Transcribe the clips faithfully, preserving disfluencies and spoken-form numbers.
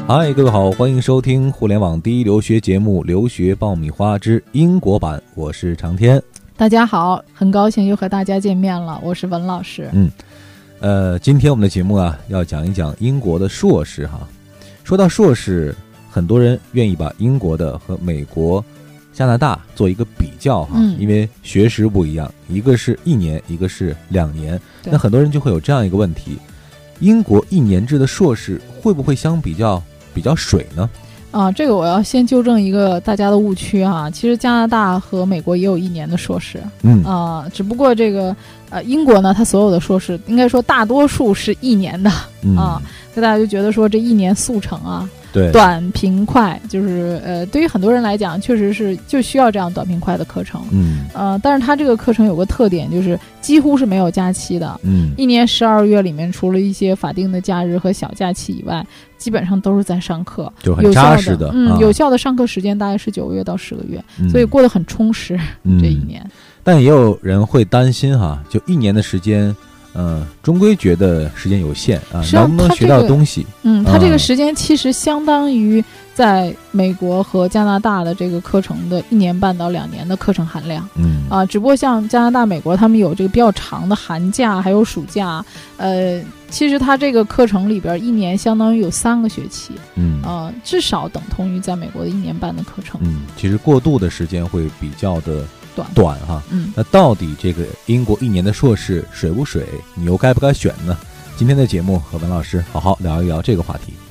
嗨，各位好，欢迎收听互联网第一留学节目《留学爆米花之英国版》，我是长天。 大家好，很高兴又和大家见面了，我是文老师。 嗯，呃，今天我们的节目啊，要讲一讲英国的硕士哈。说到硕士，很多人愿意把英国的和美国、加拿大做一个比较哈，嗯、因为学时不一样，一个是一年，一个是两年。那很多人就会有这样一个问题：英国一年制的硕士会不会相比较比较水呢？ 啊，这个我要先纠正一个大家的误区啊。其实加拿大和美国也有一年的硕士，嗯啊，只不过这个呃英国呢，它所有的硕士应该说大多数是一年的、嗯、啊，所以大家就觉得说这一年速成啊， 对， 短平快，就是呃对于很多人来讲，确实是就需要这样短平快的课程，嗯呃，但是它这个课程有个特点，就是几乎是没有假期的，嗯，一年十二月里面，除了一些法定的假日和小假期以外，基本上都是在上课， 就很扎实的， 嗯， 啊、 有效的上课时间大概是九个月到十个月、嗯，所以过得很充实、嗯、这一年。 但也有人会担心哈，就一年的时间。嗯，终归觉得时间有限啊，能不能学到东西？ 嗯，它这个时间其实相当于在美国和加拿大的这个课程的一年半到两年的课程含量。嗯啊，只不过像加拿大、美国，他们有这个比较长的寒假，还有暑假。呃，其实它这个课程里边一年相当于有三个学期。嗯啊，至少等同于在美国的一年半的课程。 嗯，其实过渡的时间会比较的。 短短哈，嗯，那到底这个英国一年的硕士水不水？你又该不该选呢？今天的节目和文老师好好聊一聊这个话题。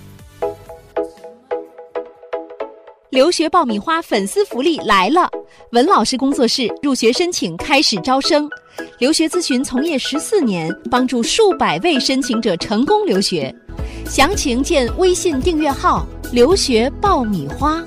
留学爆米花粉丝福利来了！文老师工作室入学申请开始招生，留学咨询从业十四年，帮助数百位申请者成功留学。详情见微信订阅号“留学爆米花”。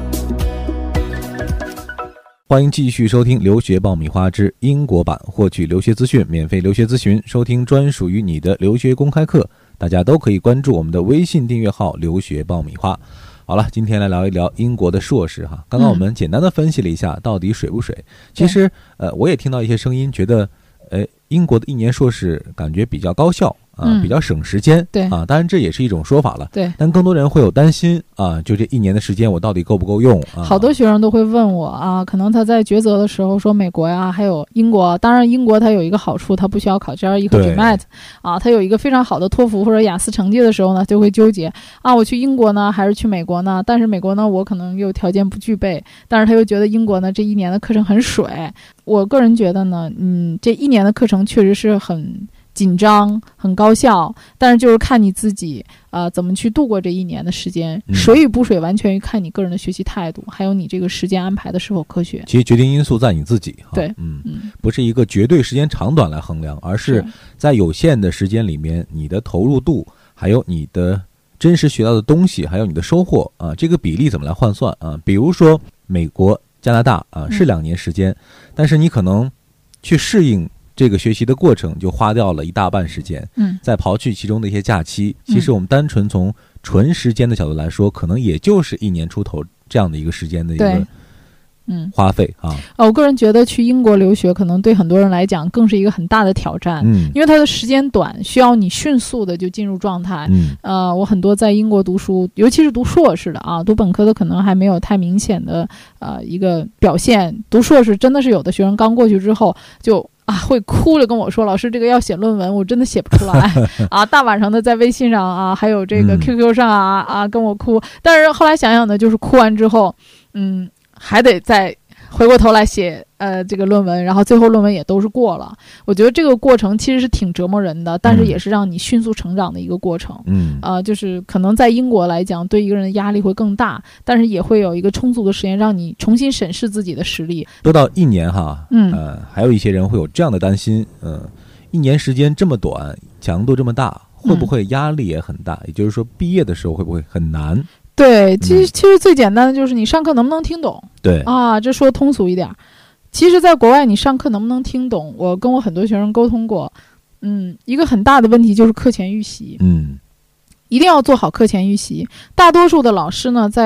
欢迎继续收听留学爆米花之英国版，获取留学资讯，免费留学咨询，收听专属于你的留学公开课。大家都可以关注我们的微信订阅号留学爆米花。好了，今天来聊一聊英国的硕士哈。刚刚我们简单的分析了一下、嗯、到底水不水。其实呃，我也听到一些声音，觉得呃，英国的一年硕士感觉比较高效啊、嗯，比较省时间， 对啊，当然这也是一种说法了， 对。 但更多人会有担心啊，就这一年的时间我到底够不够用啊？ 好多学生都会问我啊，可能他在抉择的时候说美国呀，还有英国。当然，英国它有一个好处，它不需要考 G R E 和 G M A T 啊，它有一个非常好的托福或者雅思成绩的时候呢，就会纠结啊，我去英国呢，还是去美国呢？但是美国呢，我可能又条件不具备，但是他又觉得英国呢这一年的课程很水。我个人觉得呢，嗯，这一年的课程确实是很紧张很高效，但是就是看你自己呃怎么去度过这一年的时间、嗯、水与不水完全看你个人的学习态度，还有你这个时间安排的是否科学。 其实决定因素在你自己， 对， 嗯嗯，不是一个绝对时间长短来衡量，而是在有限的时间里面你的投入度，还有你的真实学到的东西，还有你的收获啊，这个比例怎么来换算啊？比如说美国加拿大啊是两年时间、嗯、但是你可能去适应这个学习的过程就花掉了一大半时间，嗯，再刨去其中的一些假期，其实我们单纯从纯时间的角度来说，可能也就是一年出头这样的一个时间的一个嗯花费啊。 呃，我个人觉得去英国留学可能对很多人来讲更是一个很大的挑战，嗯，因为它的时间短，需要你迅速的就进入状态。嗯，呃，我很多在英国读书，尤其是读硕士的啊，读本科的可能还没有太明显的呃一个表现，读硕士真的是有的学生刚过去之后就。啊，会哭着跟我说，老师这个要写论文，我真的写不出来啊！大晚上的在微信上啊，还有这个 Q Q 上啊、嗯、啊跟我哭。但是后来想想呢，就是哭完之后，嗯，还得再回过头来写呃这个论文，然后最后论文也都是过了。我觉得这个过程其实是挺折磨人的，但是也是让你迅速成长的一个过程。嗯，啊、呃，就是可能在英国来讲，对一个人的压力会更大，但是也会有一个充足的时间让你重新审视自己的实力。 说到一年哈，嗯，呃，还有一些人会有这样的担心，嗯、呃，一年时间这么短，强度这么大，会不会压力也很大？嗯、也就是说，毕业的时候会不会很难？ 对，其实、嗯、其实最简单的就是你上课能不能听懂。 对啊，这说通俗一点，其实在国外你上课能不能听懂，我跟我很多学生沟通过，嗯，一个很大的问题就是课前预习， 嗯， 一定要做好课前预习。大多数的老师呢，在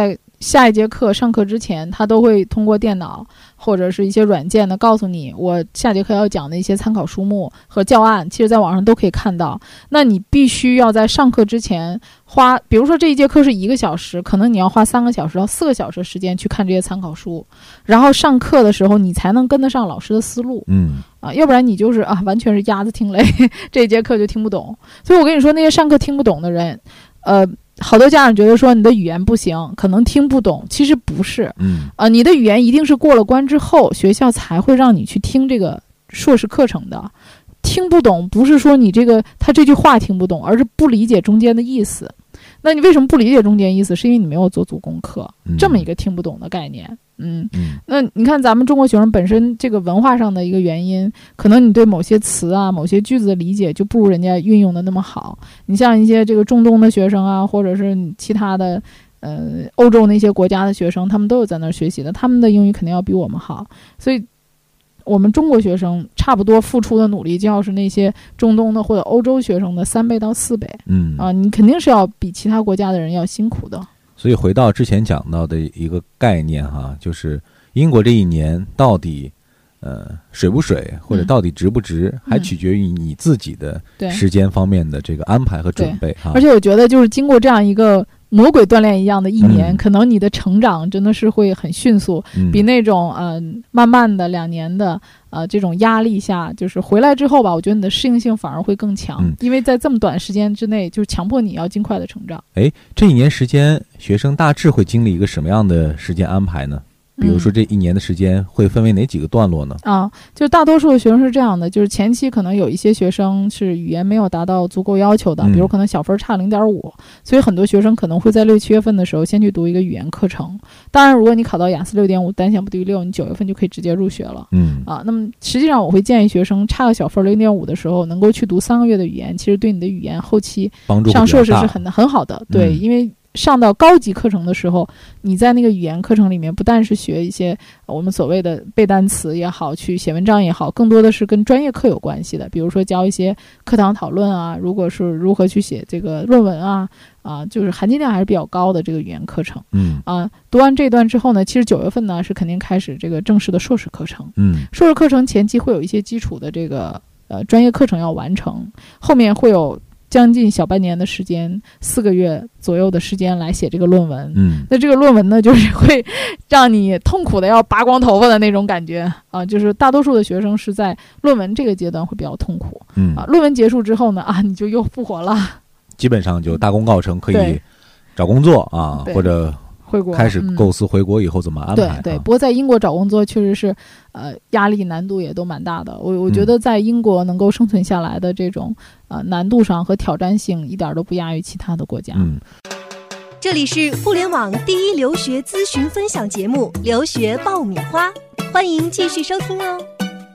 下一节课上课之前，他都会通过电脑或者是一些软件的告诉你，我下节课要讲的一些参考书目和教案，其实在网上都可以看到。那你必须要在上课之前花，比如说这一节课是一个小时，可能你要花三个小时到四个小时的时间去看这些参考书，然后上课的时候你才能跟得上老师的思路。 嗯啊，要不然你就是啊，完全是鸭子听雷，这一节课就听不懂。所以我跟你说，那些上课听不懂的人，呃。好多家长觉得说你的语言不行，可能听不懂，其实不是。 嗯， 呃，你的语言一定是过了关之后，学校才会让你去听这个硕士课程的。听不懂不是说你这个他这句话听不懂，而是不理解中间的意思。那你为什么不理解中间意思？是因为你没有做足功课， 嗯、 这么一个听不懂的概念。嗯，那你看咱们中国学生本身这个文化上的一个原因，可能你对某些词啊、某些句子的理解就不如人家运用的那么好。你像一些这个中东的学生啊，或者是其他的呃欧洲那些国家的学生，他们都有在那儿学习的，他们的英语肯定要比我们好。所以我们中国学生差不多付出的努力就要是那些中东的或者欧洲学生的三倍到四倍。 嗯啊，你肯定是要比其他国家的人要辛苦的。 所以回到之前讲到的一个概念哈，就是英国这一年到底呃水不水，或者到底值不值，嗯、还取决于你自己的时间方面的这个安排和准备哈。 而且我觉得就是经过这样一个魔鬼锻炼一样的一年， 嗯、 可能你的成长真的是会很迅速， 嗯、 比那种呃慢慢的两年的呃这种压力下，就是回来之后吧，我觉得你的适应性反而会更强， 嗯、 因为在这么短时间之内，就是强迫你要尽快的成长。 哎，这一年时间，学生大致会经历一个什么样的时间安排呢？比如说这一年的时间会分为哪几个段落呢？ 啊，就是大多数的学生是这样的，就是前期可能有一些学生是语言没有达到足够要求的，比如可能小分差 零点五， 所以很多学生可能会在六七月份的时候先去读一个语言课程。当然如果你考到雅思 六点五， 单项不低于六，你九月份就可以直接入学了。 嗯啊，那么实际上我会建议学生差个小分 零点五 的时候能够去读三个月的语言，其实对你的语言后期上硕士是很很好的。对， 嗯、 因为上到高级课程的时候，你在那个语言课程里面不但是学一些我们所谓的背单词也好，去写文章也好，更多的是跟专业课有关系的，比如说教一些课堂讨论啊，如果是如何去写这个论文啊，啊，就是含金量还是比较高的这个语言课程。 嗯啊，读完这段之后呢，其实九月份呢是肯定开始这个正式的硕士课程。 嗯， 硕士课程前期会有一些基础的这个呃专业课程要完成，后面会有将近小半年的时间，四个月左右的时间来写这个论文。 嗯， 那这个论文呢，就是会让你痛苦的要拔光头发的那种感觉啊！就是大多数的学生是在论文这个阶段会比较痛苦。 嗯啊，论文结束之后呢，啊，你就又复活了， 基本上就大功告成，可以找工作啊，或者回国开始构思回国以后怎么安排。 嗯、对对，不过在英国找工作确实是，呃，压力难度也都蛮大的。我我觉得在英国能够生存下来的这种、嗯、呃难度上和挑战性一点都不亚于其他的国家。 嗯， 这里是互联网第一留学咨询分享节目《留学爆米花》，欢迎继续收听哦。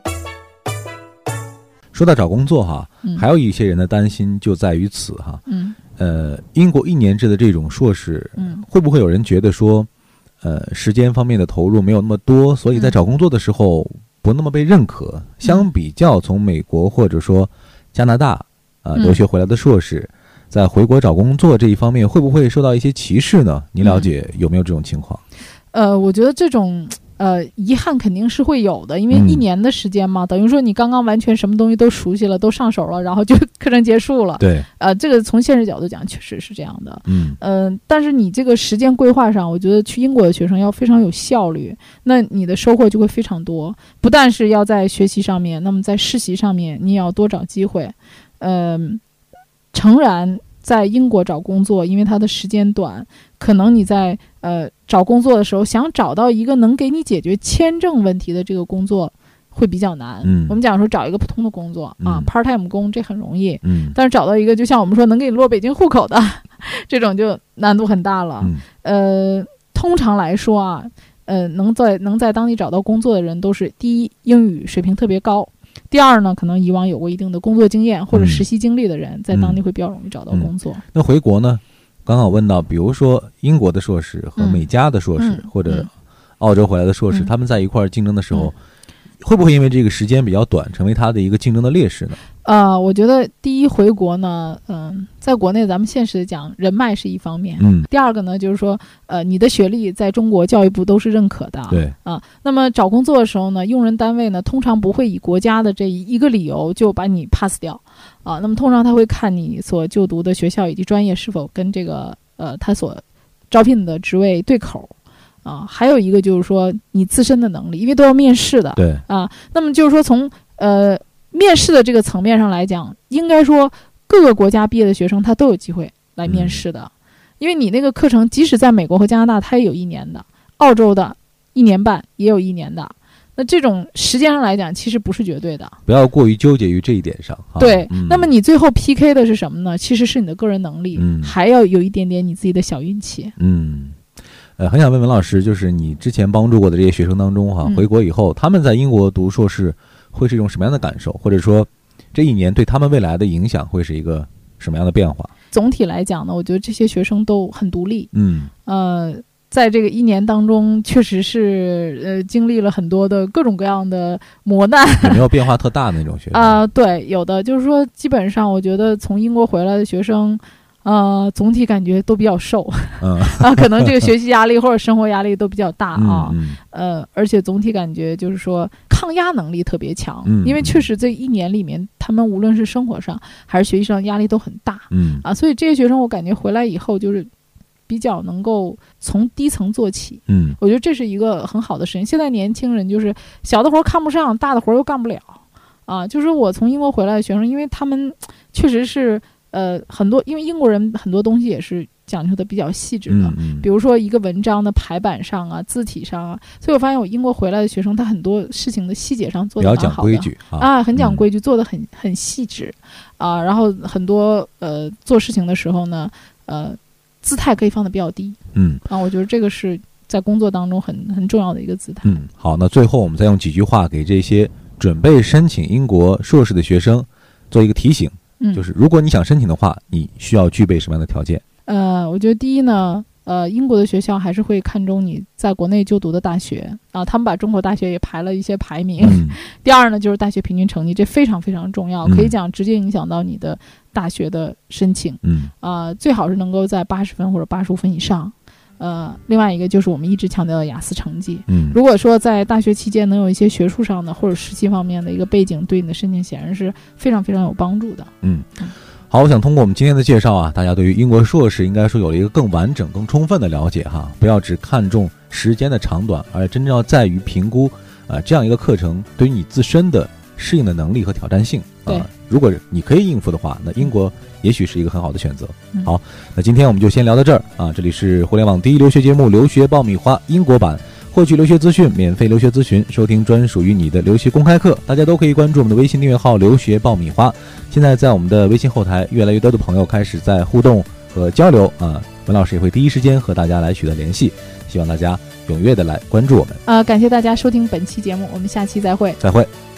说到找工作哈， 嗯、 还有一些人的担心就在于此哈。 嗯。 呃，英国一年制的这种硕士， 嗯， 会不会有人觉得说，呃，时间方面的投入没有那么多，所以在找工作的时候不那么被认可？嗯、相比较从美国或者说加拿大啊、呃、留学回来的硕士，嗯、在回国找工作这一方面，会不会受到一些歧视呢？你了解有没有这种情况？ 嗯、呃，我觉得这种。呃，遗憾肯定是会有的，因为一年的时间嘛，嗯、等于说你刚刚完全什么东西都熟悉了，都上手了，然后就课程结束了。 对， 呃，这个从现实角度讲，确实是这样的。 嗯， 呃，但是你这个时间规划上，我觉得去英国的学生要非常有效率，那你的收获就会非常多。不但是要在学习上面，那么在实习上面，你也要多找机会。呃，诚然。在英国找工作，因为它的时间短，可能你在呃找工作的时候，想找到一个能给你解决签证问题的这个工作会比较难。 嗯，我们讲说找一个普通的工作、 嗯、 啊 ，part time 工这很容易。 嗯， 但是找到一个就像我们说能给你落北京户口的这种就难度很大了。 嗯、 呃，通常来说啊，呃，能在能在当地找到工作的人都是第一英语水平特别高。第二呢，可能以往有过一定的工作经验或者实习经历的人，嗯、在当地会比较容易找到工作。 嗯嗯、那回国呢？刚好问到，比如说英国的硕士和美加的硕士， 嗯、 或者澳洲回来的硕士， 嗯、 他们在一块儿竞争的时候， 会不会因为这个时间比较短，成为他的一个竞争的劣势呢？ 呃，我觉得第一回国呢，嗯、呃，在国内咱们现实的讲，人脉是一方面， 嗯， 第二个呢，就是说，呃，你的学历在中国教育部都是认可的， 对啊，那么找工作的时候呢，用人单位呢，通常不会以国家的这一个理由就把你 pass 掉，啊，那么通常他会看你所就读的学校以及专业是否跟这个呃他所招聘的职位对口。啊，还有一个就是说你自身的能力，因为都要面试的， 对啊，那么就是说从呃面试的这个层面上来讲，应该说各个国家毕业的学生他都有机会来面试的，嗯、因为你那个课程即使在美国和加拿大，它也有一年的，澳洲的一年半也有一年的，那这种时间上来讲，其实不是绝对的， 不要过于纠结于这一点上。 对、 嗯， 那么你最后 P K 的是什么呢？其实是你的个人能力， 嗯， 还要有一点点你自己的小运气， 嗯。呃，很想问文老师，就是你之前帮助过的这些学生当中哈、啊，回国以后，他们在英国读硕士会是一种什么样的感受？或者说，这一年对他们未来的影响会是一个什么样的变化？ 总体来讲呢，我觉得这些学生都很独立。 嗯， 呃，在这个一年当中，确实是呃经历了很多的各种各样的磨难。 有没有变化特大的那种学生？ 啊、呃，对，有的，就是说，基本上我觉得从英国回来的学生。呃，总体感觉都比较瘦， 嗯啊，可能这个学习压力或者生活压力都比较大啊， 嗯嗯、 呃，而且总体感觉就是说抗压能力特别强， 嗯、 因为确实这一年里面，他们无论是生活上还是学习上压力都很大， 嗯啊，所以这些学生我感觉回来以后就是比较能够从低层做起， 嗯， 我觉得这是一个很好的事情。现在年轻人就是小的活看不上，大的活又干不了，啊，就是我从英国回来的学生，因为他们确实是。呃，很多因为英国人很多东西也是讲究的比较细致的， 嗯嗯、 比如说一个文章的排版上啊、字体上啊，所以我发现我英国回来的学生，他很多事情的细节上做得蛮好的， 比较讲规矩 啊, 啊，很讲规矩，嗯、做得很很细致啊，然后很多呃做事情的时候呢，呃，姿态可以放得比较低， 嗯啊，我觉得这个是在工作当中很很重要的一个姿态。 嗯，好，那最后我们再用几句话给这些准备申请英国硕士的学生做一个提醒。 嗯， 就是如果你想申请的话，你需要具备什么样的条件？ 呃，我觉得第一呢，呃，英国的学校还是会看重你在国内就读的大学啊，他们把中国大学也排了一些排名。 嗯、 第二呢，就是大学平均成绩，这非常非常重要， 嗯、 可以讲直接影响到你的大学的申请。 嗯， 啊、呃，最好是能够在八十分或者八十五分以上。呃，另外一个就是我们一直强调的雅思成绩。 嗯， 如果说在大学期间能有一些学术上的或者实习方面的一个背景，对你的申请显然是非常非常有帮助的。 嗯。好，我想通过我们今天的介绍啊，大家对于英国硕士应该说有了一个更完整、更充分的了解哈。不要只看重时间的长短，而真正要在于评估啊、呃、这样一个课程对于你自身的适应的能力和挑战性啊、呃。如果你可以应付的话，那英国也许是一个很好的选择。 嗯、 好，那今天我们就先聊到这儿啊。这里是互联网第一留学节目《留学爆米花》英国版。获取留学资讯，免费留学咨询，收听专属于你的留学公开课，大家都可以关注我们的微信订阅号留学爆米花。现在在我们的微信后台，越来越多的朋友开始在互动和交流啊，文老师也会第一时间和大家来取得联系，希望大家踊跃的来关注我们。 呃，感谢大家收听本期节目，我们下期再会。 再会。